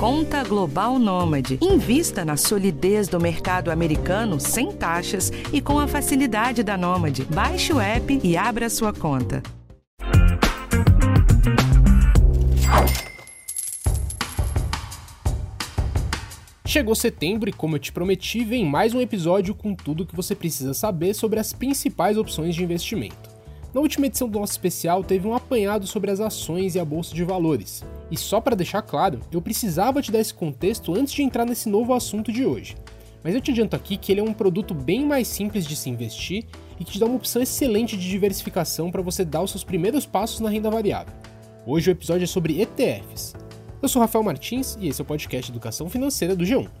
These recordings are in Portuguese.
Conta Global Nômade. Invista na solidez do mercado americano sem taxas e com a facilidade da Nômade. Baixe o app e abra sua conta. Chegou setembro e, como eu te prometi, vem mais um episódio com tudo o que você precisa saber sobre as principais opções de investimento. Na última edição do nosso especial teve um apanhado sobre as ações e a bolsa de valores. E só para deixar claro, eu precisava te dar esse contexto antes de entrar nesse novo assunto de hoje. Mas eu te adianto aqui que ele é um produto bem mais simples de se investir e que te dá uma opção excelente de diversificação para você dar os seus primeiros passos na renda variável. Hoje o episódio é sobre ETFs. Eu sou Rafael Martins e esse é o podcast Educação Financeira do G1.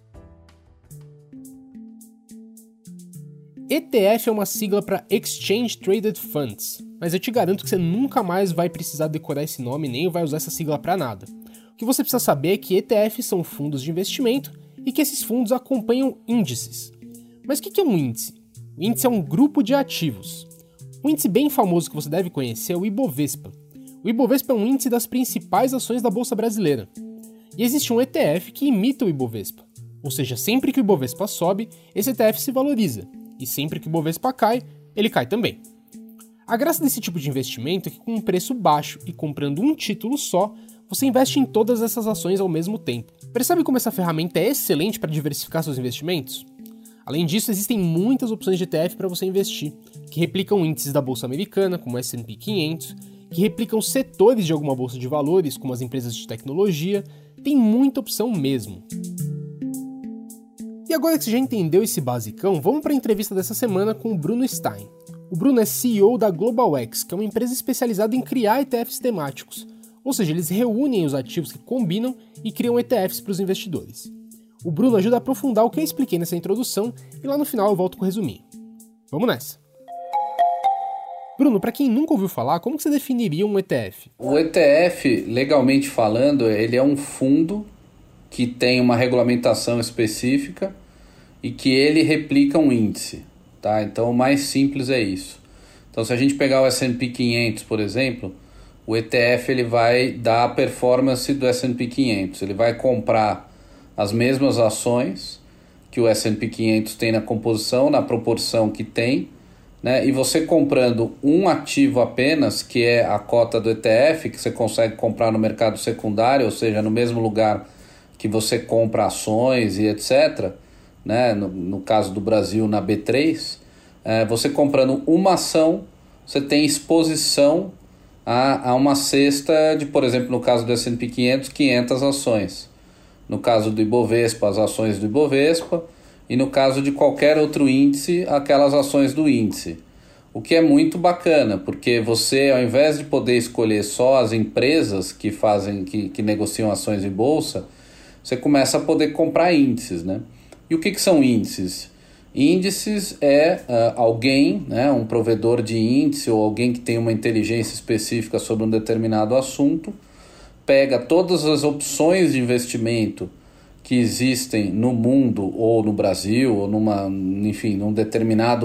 ETF é uma sigla para Exchange Traded Funds, mas eu te garanto que você nunca mais vai precisar decorar esse nome nem vai usar essa sigla para nada. O que você precisa saber é que ETFs são fundos de investimento e que esses fundos acompanham índices. Mas o que é um índice? O índice é um grupo de ativos. Um índice bem famoso que você deve conhecer é o Ibovespa. O Ibovespa é um índice das principais ações da Bolsa Brasileira. E existe um ETF que imita o Ibovespa. Ou seja, sempre que o Ibovespa sobe, esse ETF se valoriza. E sempre que o Ibovespa cai, ele cai também. A graça desse tipo de investimento é que com um preço baixo e comprando um título só, você investe em todas essas ações ao mesmo tempo. Percebe como essa ferramenta é excelente para diversificar seus investimentos? Além disso, existem muitas opções de ETF para você investir, que replicam índices da Bolsa Americana, como o S&P 500, que replicam setores de alguma bolsa de valores, como as empresas de tecnologia. Tem muita opção mesmo. E agora que você já entendeu esse basicão, vamos para a entrevista dessa semana com o Bruno Stein. O Bruno é CEO da GlobalX, que é uma empresa especializada em criar ETFs temáticos, ou seja, eles reúnem os ativos que combinam e criam ETFs para os investidores. O Bruno ajuda a aprofundar o que eu expliquei nessa introdução e lá no final eu volto com o resuminho. Vamos nessa! Bruno, para quem nunca ouviu falar, como que você definiria um ETF? O ETF, legalmente falando, ele é um fundo que tem uma regulamentação específica e que ele replica um índice, tá? Então o mais simples é isso. Então se a gente pegar o S&P 500, por exemplo, o ETF ele vai dar a performance do S&P 500. Ele vai comprar as mesmas ações que o S&P 500 tem na composição, na proporção que tem, né? E você comprando um ativo apenas, que é a cota do ETF, que você consegue comprar no mercado secundário, ou seja, no mesmo lugar que você compra ações e etc., né? No caso do Brasil, na B3, você comprando uma ação, você tem exposição a uma cesta de, por exemplo, no caso do S&P 500, 500 ações. No caso do Ibovespa, as ações do Ibovespa, e no caso de qualquer outro índice, aquelas ações do índice. O que é muito bacana, porque você, ao invés de poder escolher só as empresas que negociam ações em bolsa, você começa a poder comprar índices, né? E o que são índices? Índices é alguém, né, um provedor de índice ou alguém que tem uma inteligência específica sobre um determinado assunto, pega todas as opções de investimento que existem no mundo ou no Brasil ou num determinado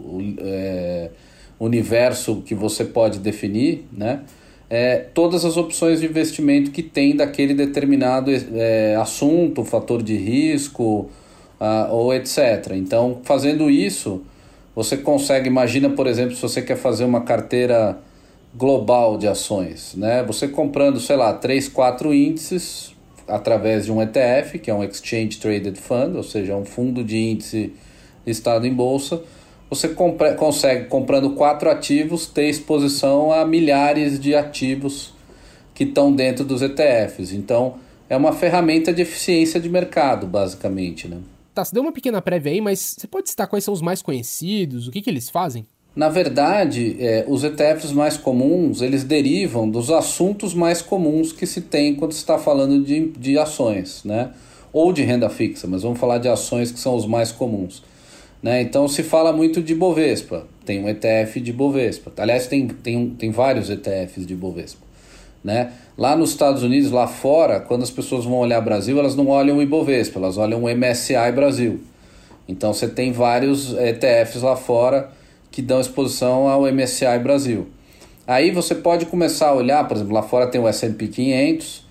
universo que você pode definir, né? Todas as opções de investimento que tem daquele determinado assunto, fator de risco ou etc. Então, fazendo isso, você consegue, imagina, por exemplo, se você quer fazer uma carteira global de ações, né? Você comprando, 3, 4 índices através de um ETF, que é um Exchange Traded Fund, ou seja, um fundo de índice listado em bolsa, você consegue, comprando 4 ativos, ter exposição a milhares de ativos que estão dentro dos ETFs. Então, é uma ferramenta de eficiência de mercado, basicamente, né? Tá, você deu uma pequena prévia aí, mas você pode citar quais são os mais conhecidos, o que eles fazem? Na verdade, os ETFs mais comuns, eles derivam dos assuntos mais comuns que se tem quando se está falando de ações, né? Ou de renda fixa, mas vamos falar de ações que são os mais comuns, né? Então se fala muito de Bovespa, tem um ETF de Bovespa. Aliás, tem vários ETFs de Bovespa, né? Lá nos Estados Unidos, lá fora, quando as pessoas vão olhar Brasil, elas não olham o Ibovespa, elas olham o MSCI Brasil. Então você tem vários ETFs lá fora que dão exposição ao MSCI Brasil. Aí você pode começar a olhar, por exemplo, lá fora tem o S&P 500,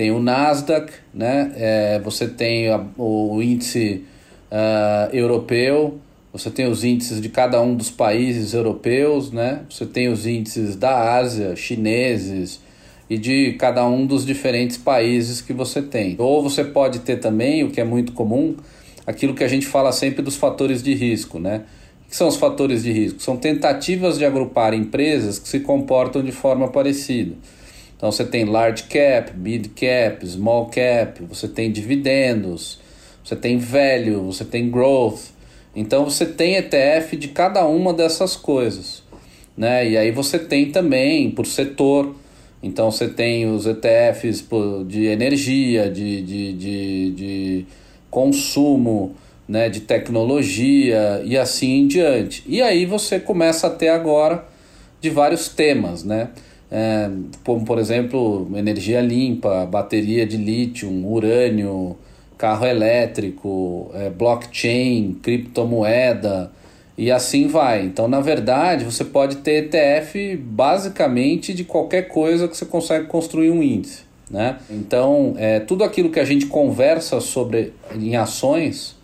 tem o Nasdaq, né? Você tem o índice europeu, você tem os índices de cada um dos países europeus, né? Você tem os índices da Ásia, chineses, e de cada um dos diferentes países que você tem. Ou você pode ter também, o que é muito comum, aquilo que a gente fala sempre dos fatores de risco, né? O que são os fatores de risco? São tentativas de agrupar empresas que se comportam de forma parecida. Então você tem large cap, mid cap, small cap, você tem dividendos, você tem value, você tem growth. Então você tem ETF de cada uma dessas coisas, né? E aí você tem também por setor. Então você tem os ETFs de energia, de consumo, né? De tecnologia e assim em diante. E aí você começa a ter agora de vários temas, né? Como por exemplo energia limpa, bateria de lítio, urânio, carro elétrico, blockchain, criptomoeda e assim vai. Então, na verdade, você pode ter ETF basicamente de qualquer coisa que você consegue construir um índice, né? Então, tudo aquilo que a gente conversa sobre em ações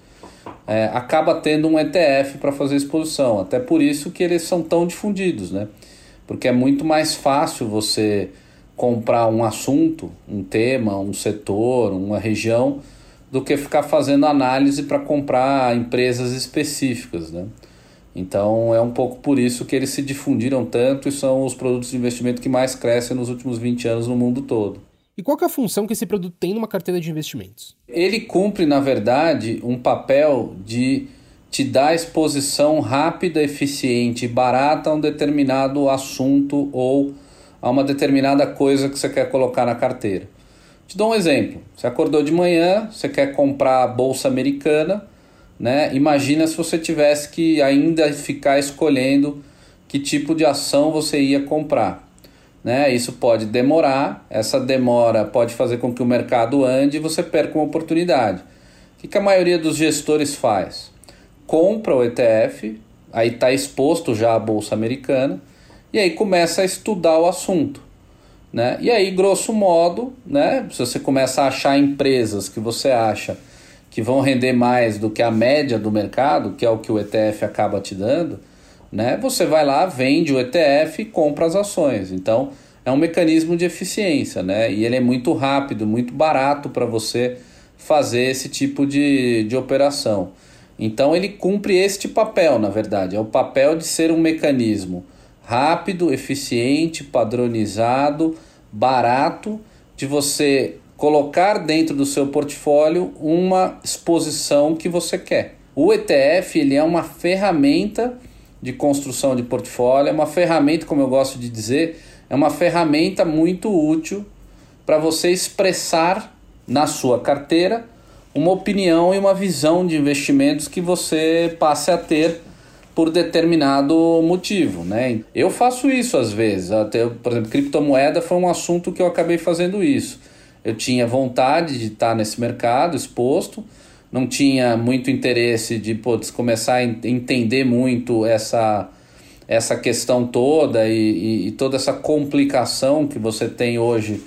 acaba tendo um ETF para fazer exposição. Até por isso que eles são tão difundidos, né? Porque é muito mais fácil você comprar um assunto, um tema, um setor, uma região, do que ficar fazendo análise para comprar empresas específicas, né? Então é um pouco por isso que eles se difundiram tanto e são os produtos de investimento que mais crescem nos últimos 20 anos no mundo todo. E qual que é a função que esse produto tem numa carteira de investimentos? Ele cumpre, na verdade, um papel de te dar exposição rápida, eficiente e barata a um determinado assunto ou a uma determinada coisa que você quer colocar na carteira. Te dou um exemplo. Você acordou de manhã, você quer comprar a Bolsa Americana, né? Imagina se você tivesse que ainda ficar escolhendo que tipo de ação você ia comprar, né? Isso pode demorar, essa demora pode fazer com que o mercado ande e você perca uma oportunidade. O que a maioria dos gestores faz? Compra o ETF, aí está exposto já à Bolsa Americana, e aí começa a estudar o assunto, né? E aí, grosso modo, né, se você começa a achar empresas que você acha que vão render mais do que a média do mercado, que é o que o ETF acaba te dando, né, você vai lá, vende o ETF e compra as ações. Então, é um mecanismo de eficiência, né? E ele é muito rápido, muito barato para você fazer esse tipo de operação. Então, ele cumpre este papel, na verdade. É o papel de ser um mecanismo rápido, eficiente, padronizado, barato, de você colocar dentro do seu portfólio uma exposição que você quer. O ETF ele é uma ferramenta de construção de portfólio, é uma ferramenta, como eu gosto de dizer, é uma ferramenta muito útil para você expressar na sua carteira uma opinião e uma visão de investimentos que você passe a ter por determinado motivo, né? Eu faço isso às vezes, por exemplo, criptomoeda foi um assunto que eu acabei fazendo isso. Eu tinha vontade de estar nesse mercado exposto, não tinha muito interesse de começar a entender muito essa questão toda e toda essa complicação que você tem hoje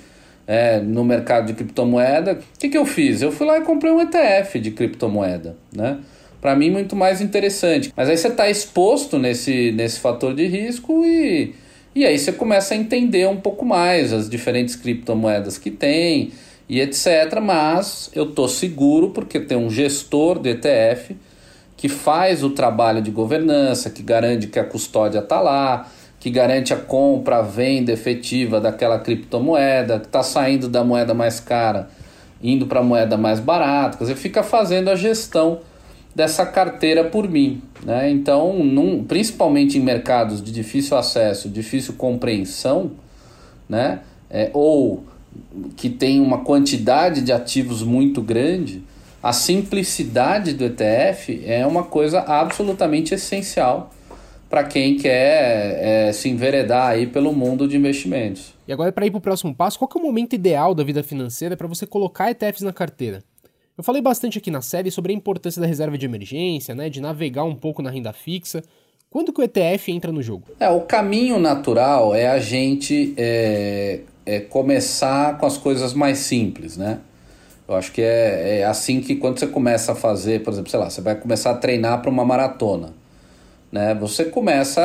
no mercado de criptomoeda. O que eu fiz? Eu fui lá e comprei um ETF de criptomoeda, né? Para mim, muito mais interessante. Mas aí você está exposto nesse fator de risco e aí você começa a entender um pouco mais as diferentes criptomoedas que tem e etc. Mas eu estou seguro porque tem um gestor de ETF que faz o trabalho de governança, que garante que a custódia está lá, que garante a compra, a venda efetiva daquela criptomoeda, que está saindo da moeda mais cara, indo para a moeda mais barata. Quer dizer, fica fazendo a gestão dessa carteira por mim, né? Então, principalmente em mercados de difícil acesso, difícil compreensão, né? Ou que tem uma quantidade de ativos muito grande, a simplicidade do ETF é uma coisa absolutamente essencial para quem quer se enveredar aí pelo mundo de investimentos. E agora, para ir para o próximo passo, qual que é o momento ideal da vida financeira para você colocar ETFs na carteira? Eu falei bastante aqui na série sobre a importância da reserva de emergência, né, de navegar um pouco na renda fixa. Quando que o ETF entra no jogo? O caminho natural é a gente começar com as coisas mais simples, né? Eu acho que é assim que quando você começa a fazer, por exemplo, sei lá, você vai começar a treinar para uma maratona, né? Você começa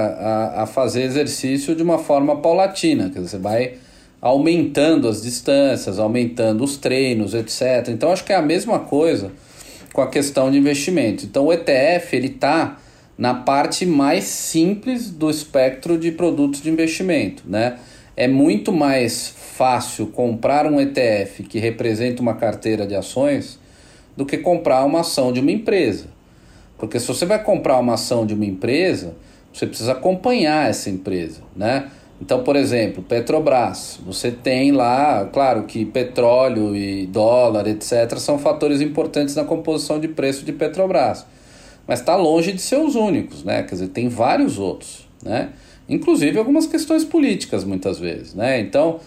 a fazer exercício de uma forma paulatina, quer dizer, você vai aumentando as distâncias, aumentando os treinos, etc. Então, acho que é a mesma coisa com a questão de investimento. Então, o ETF, ele está na parte mais simples do espectro de produtos de investimento, né? É muito mais fácil comprar um ETF que representa uma carteira de ações do que comprar uma ação de uma empresa. Porque se você vai comprar uma ação de uma empresa, você precisa acompanhar essa empresa, né? Então, por exemplo, Petrobras, você tem lá, claro que petróleo e dólar, etc., são fatores importantes na composição de preço de Petrobras, mas está longe de ser os únicos, né? Quer dizer, tem vários outros, né? Inclusive algumas questões políticas, muitas vezes, né? Então,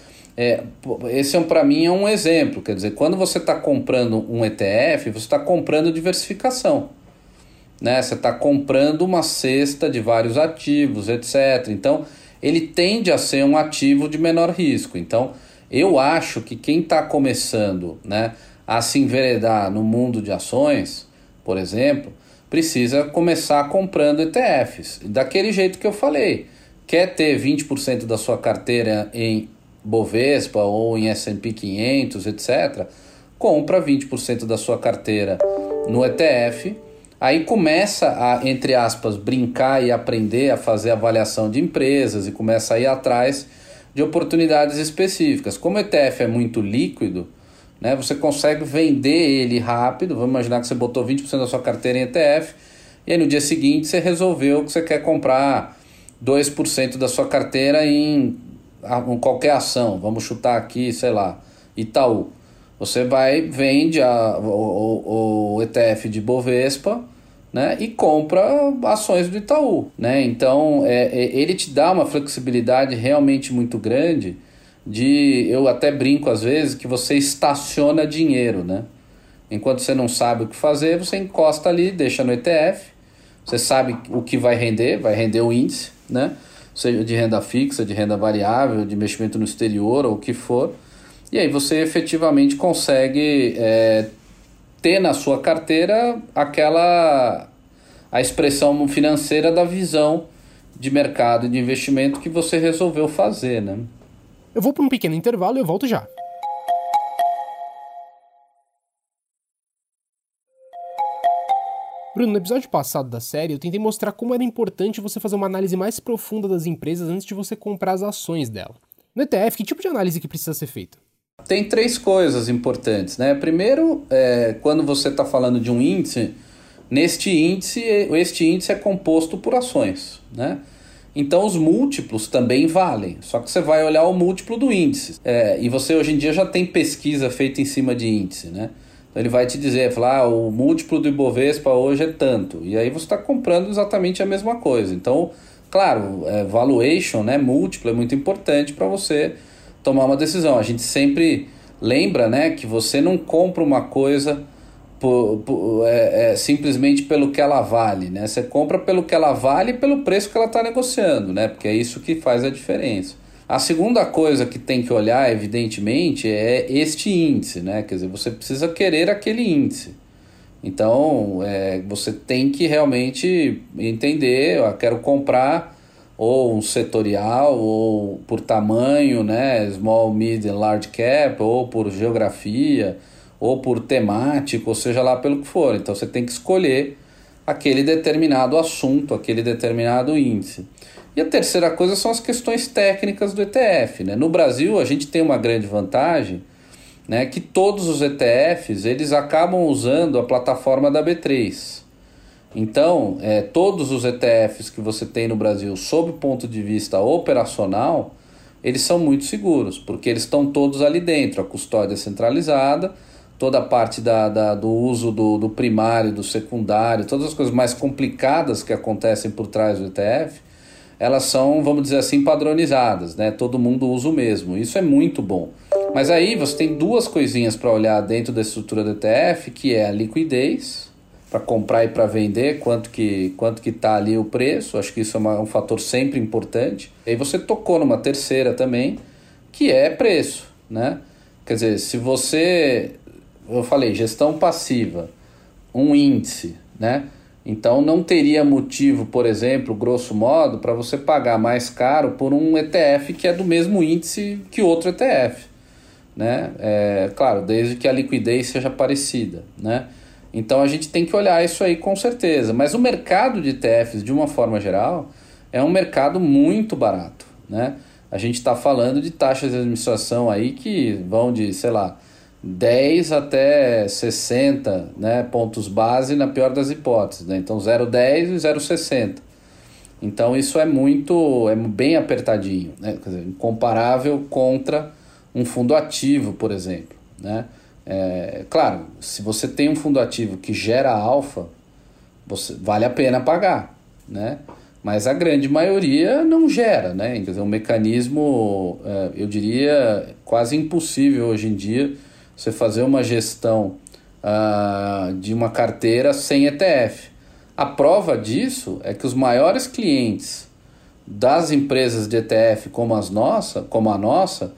esse para mim é um exemplo, quer dizer, quando você está comprando um ETF, você está comprando diversificação, né? Você está comprando uma cesta de vários ativos, etc., então ele tende a ser um ativo de menor risco. Então, eu acho que quem está começando, né, a se enveredar no mundo de ações, por exemplo, precisa começar comprando ETFs. Daquele jeito que eu falei. Quer ter 20% da sua carteira em Bovespa ou em S&P 500, etc., compra 20% da sua carteira no ETF. Aí começa a, entre aspas, brincar e aprender a fazer avaliação de empresas e começa a ir atrás de oportunidades específicas. Como o ETF é muito líquido, né, você consegue vender ele rápido. Vamos imaginar que você botou 20% da sua carteira em ETF e aí no dia seguinte você resolveu que você quer comprar 2% da sua carteira em qualquer ação. Vamos chutar aqui, sei lá, Itaú. Você vai, vende o ETF de Bovespa, né, e compra ações do Itaú, né? Então, ele te dá uma flexibilidade realmente muito grande eu até brinco às vezes que você estaciona dinheiro, né? Enquanto você não sabe o que fazer, você encosta ali, deixa no ETF, você sabe o que vai render o índice, né? Seja de renda fixa, de renda variável, de investimento no exterior ou o que for. E aí você efetivamente consegue ter na sua carteira a expressão financeira da visão de mercado e de investimento que você resolveu fazer, né? Eu vou para um pequeno intervalo e eu volto já. Bruno, no episódio passado da série, eu tentei mostrar como era importante você fazer uma análise mais profunda das empresas antes de você comprar as ações dela. No ETF, que tipo de análise que precisa ser feita? Tem 3 coisas importantes, né? Primeiro, quando você está falando de um índice, este índice é composto por ações, né? Então os múltiplos também valem, só que você vai olhar o múltiplo do índice. E você hoje em dia já tem pesquisa feita em cima de índice, né? Então ele vai te dizer, o múltiplo do Ibovespa hoje é tanto. E aí você está comprando exatamente a mesma coisa. Então, claro, valuation, né, múltiplo é muito importante para você tomar uma decisão. A gente sempre lembra, né, que você não compra uma coisa simplesmente pelo que ela vale, né? Você compra pelo que ela vale e pelo preço que ela está negociando, né? Porque é isso que faz a diferença. A segunda coisa que tem que olhar, evidentemente, é este índice, né? Quer dizer, você precisa querer aquele índice. Então, você tem que realmente entender, eu quero comprar ou um setorial, ou por tamanho, né? Small, mid and large cap, ou por geografia, ou por temático, ou seja lá pelo que for. Então você tem que escolher aquele determinado assunto, aquele determinado índice. E a terceira coisa são as questões técnicas do ETF, né? No Brasil a gente tem uma grande vantagem, né, que todos os ETFs eles acabam usando a plataforma da B3. Então, todos os ETFs que você tem no Brasil, sob o ponto de vista operacional, eles são muito seguros, porque eles estão todos ali dentro, a custódia centralizada, toda a parte do uso do primário, do secundário, todas as coisas mais complicadas que acontecem por trás do ETF, elas são, vamos dizer assim, padronizadas, né? Todo mundo usa o mesmo. Isso é muito bom. Mas aí você tem 2 coisinhas para olhar dentro da estrutura do ETF, que é a liquidez, para comprar e para vender, quanto que está ali o preço. Acho que isso é um fator sempre importante. E aí você tocou numa terceira também, que é preço, né? Quer dizer, se você, eu falei, gestão passiva, um índice, né? Então não teria motivo, por exemplo, grosso modo, para você pagar mais caro por um ETF que é do mesmo índice que outro ETF, né? Claro, desde que a liquidez seja parecida, né? Então a gente tem que olhar isso aí com certeza. Mas o mercado de ETFs, de uma forma geral, é um mercado muito barato, né? A gente está falando de taxas de administração aí que vão de, sei lá, 10 até 60, né, pontos base na pior das hipóteses, né? Então 0,10 e 0,60. Então isso é bem apertadinho, né? Quer dizer, incomparável contra um fundo ativo, por exemplo, né? Claro, se você tem um fundo ativo que gera alfa, vale a pena pagar, né? Mas a grande maioria não gera, né? Quer dizer, um mecanismo, eu diria, quase impossível hoje em dia você fazer uma gestão de uma carteira sem ETF. A prova disso é que os maiores clientes das empresas de ETF como a nossa,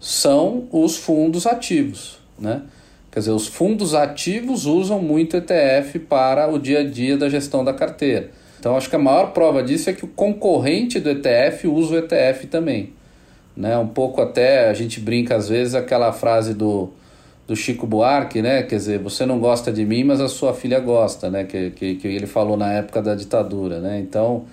são os fundos ativos, né? Quer dizer, os fundos ativos usam muito ETF para o dia a dia da gestão da carteira. Então, acho que a maior prova disso é que o concorrente do ETF usa o ETF também, né? Um pouco até, a gente brinca às vezes, aquela frase do Chico Buarque, né? Quer dizer, você não gosta de mim, mas a sua filha gosta, né? Que ele falou na época da ditadura, né? Então,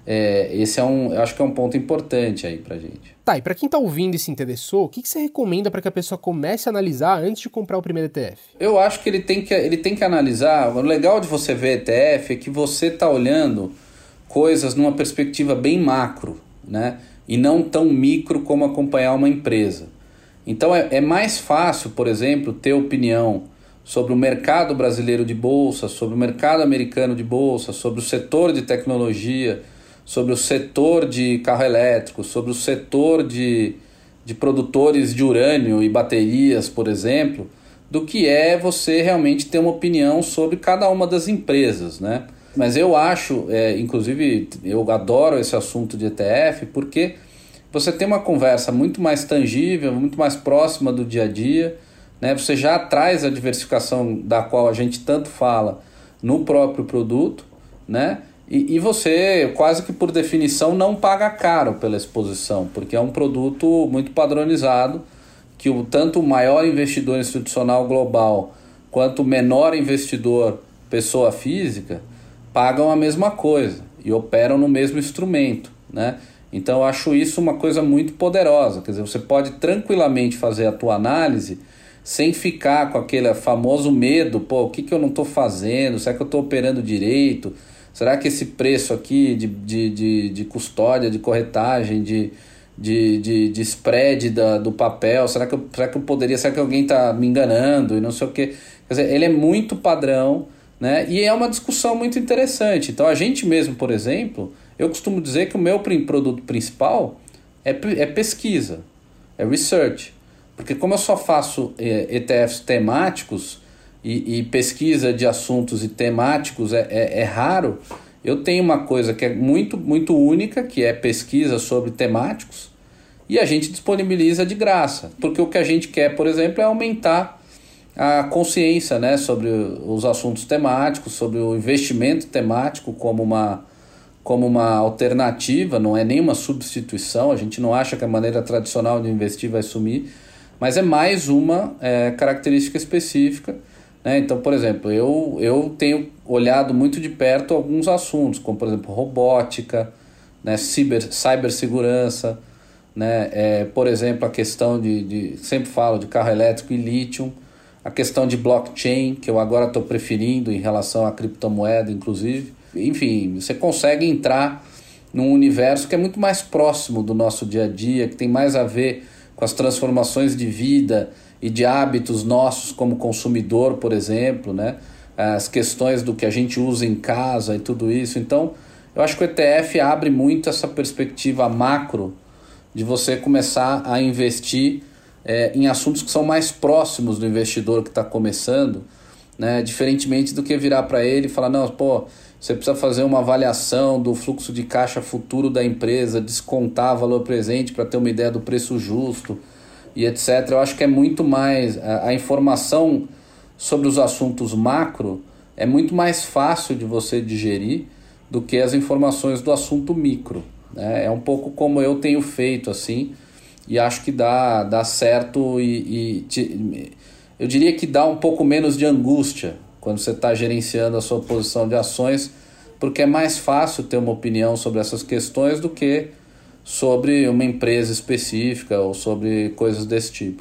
esse eu acho que é um ponto importante aí pra gente. Tá, e pra quem tá ouvindo e se interessou, o que você recomenda para que a pessoa comece a analisar antes de comprar o primeiro ETF? Eu acho que ele tem que analisar. O legal de você ver ETF é que você tá olhando coisas numa perspectiva bem macro, né? E não tão micro como acompanhar uma empresa. Então é mais fácil, por exemplo, ter opinião sobre o mercado brasileiro de bolsa, sobre o mercado americano de bolsa, sobre o setor de tecnologia, sobre o setor de carro elétrico, sobre o setor de produtores de urânio e baterias, por exemplo, do que é você realmente ter uma opinião sobre cada uma das empresas, né? Mas eu acho, inclusive, eu adoro esse assunto de ETF, porque você tem uma conversa muito mais tangível, muito mais próxima do dia a dia, né? Você já traz a diversificação da qual a gente tanto fala no próprio produto, né? E você, quase que por definição, não paga caro pela exposição, porque é um produto muito padronizado, que tanto o maior investidor institucional global quanto o menor investidor pessoa física pagam a mesma coisa e operam no mesmo instrumento, né? Então eu acho isso uma coisa muito poderosa. Quer dizer, você pode tranquilamente fazer a tua análise sem ficar com aquele famoso medo, o que eu não estou fazendo? Será que eu estou operando direito? Será que esse preço aqui de custódia, de corretagem, de spread do papel, será que eu poderia, será que alguém está me enganando e não sei o quê? Quer dizer, ele é muito padrão, né? E é uma discussão muito interessante. Então a gente mesmo, por exemplo, eu costumo dizer que o meu produto principal é pesquisa, é research. Porque como eu só faço ETFs temáticos e pesquisa de assuntos e temáticos é raro, eu tenho uma coisa que é muito, muito única, que é pesquisa sobre temáticos, e a gente disponibiliza de graça. Porque o que a gente quer, por exemplo, é aumentar a consciência, né, sobre os assuntos temáticos, sobre o investimento temático como uma alternativa, não é nenhuma substituição. A gente não acha que a maneira tradicional de investir vai sumir, mas é mais uma característica específica, né? Então, por exemplo, eu tenho olhado muito de perto alguns assuntos, como por exemplo robótica, né, cibersegurança, né? Por exemplo, a questão sempre falo de carro elétrico e lítio, a questão de blockchain, que eu agora estou preferindo em relação à criptomoeda, inclusive. Enfim, você consegue entrar num universo que é muito mais próximo do nosso dia a dia, que tem mais a ver com as transformações de vida e de hábitos nossos como consumidor, por exemplo, né? As questões do que a gente usa em casa e tudo isso. Então, eu acho que o ETF abre muito essa perspectiva macro de você começar a investir em assuntos que são mais próximos do investidor que está começando né? Diferentemente do que virar para ele e falar, não, pô, você precisa fazer uma avaliação do fluxo de caixa futuro da empresa, descontar valor presente para ter uma ideia do preço justo e etc. Eu acho que é muito mais... A informação sobre os assuntos macro é muito mais fácil de você digerir do que as informações do assunto micro, né? É um pouco como eu tenho feito, assim, e acho que dá certo eu diria que dá um pouco menos de angústia quando você está gerenciando a sua posição de ações, porque é mais fácil ter uma opinião sobre essas questões do que sobre uma empresa específica ou sobre coisas desse tipo.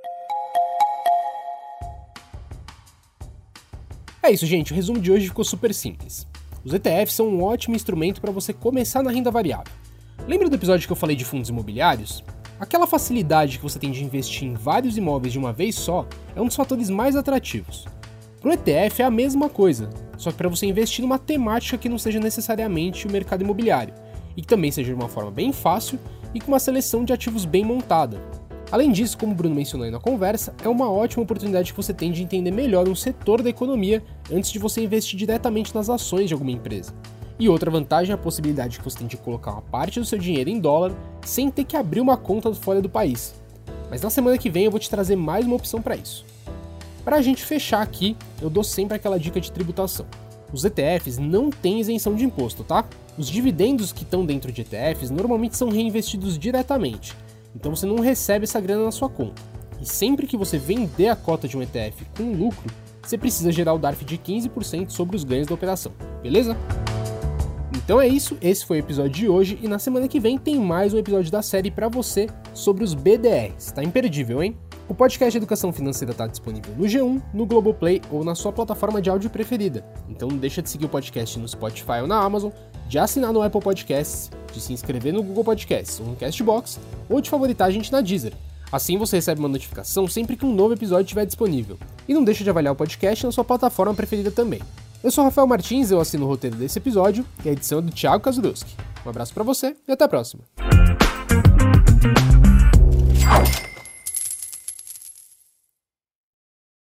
É isso, gente. O resumo de hoje ficou super simples. Os ETFs são um ótimo instrumento para você começar na renda variável. Lembra do episódio que eu falei de fundos imobiliários? Aquela facilidade que você tem de investir em vários imóveis de uma vez só é um dos fatores mais atrativos. Para o ETF é a mesma coisa, só que para você investir numa temática que não seja necessariamente o mercado imobiliário, e que também seja de uma forma bem fácil e com uma seleção de ativos bem montada. Além disso, como o Bruno mencionou aí na conversa, é uma ótima oportunidade que você tem de entender melhor um setor da economia antes de você investir diretamente nas ações de alguma empresa. E outra vantagem é a possibilidade que você tem de colocar uma parte do seu dinheiro em dólar sem ter que abrir uma conta fora do país. Mas na semana que vem eu vou te trazer mais uma opção para isso. Para a gente fechar aqui, eu dou sempre aquela dica de tributação. Os ETFs não têm isenção de imposto, tá? Os dividendos que estão dentro de ETFs normalmente são reinvestidos diretamente, então você não recebe essa grana na sua conta. E sempre que você vender a cota de um ETF com lucro, você precisa gerar o DARF de 15% sobre os ganhos da operação, beleza? Então é isso, esse foi o episódio de hoje e na semana que vem tem mais um episódio da série para você sobre os BDRs, tá imperdível, hein? O podcast de Educação Financeira está disponível no G1, no Globoplay ou na sua plataforma de áudio preferida. Então não deixa de seguir o podcast no Spotify ou na Amazon, de assinar no Apple Podcasts, de se inscrever no Google Podcasts ou no Castbox, ou de favoritar a gente na Deezer. Assim você recebe uma notificação sempre que um novo episódio estiver disponível. E não deixa de avaliar o podcast na sua plataforma preferida também. Eu sou Rafael Martins, eu assino o roteiro desse episódio e a edição é do Thiago Kazudowski. Um abraço pra você e até a próxima!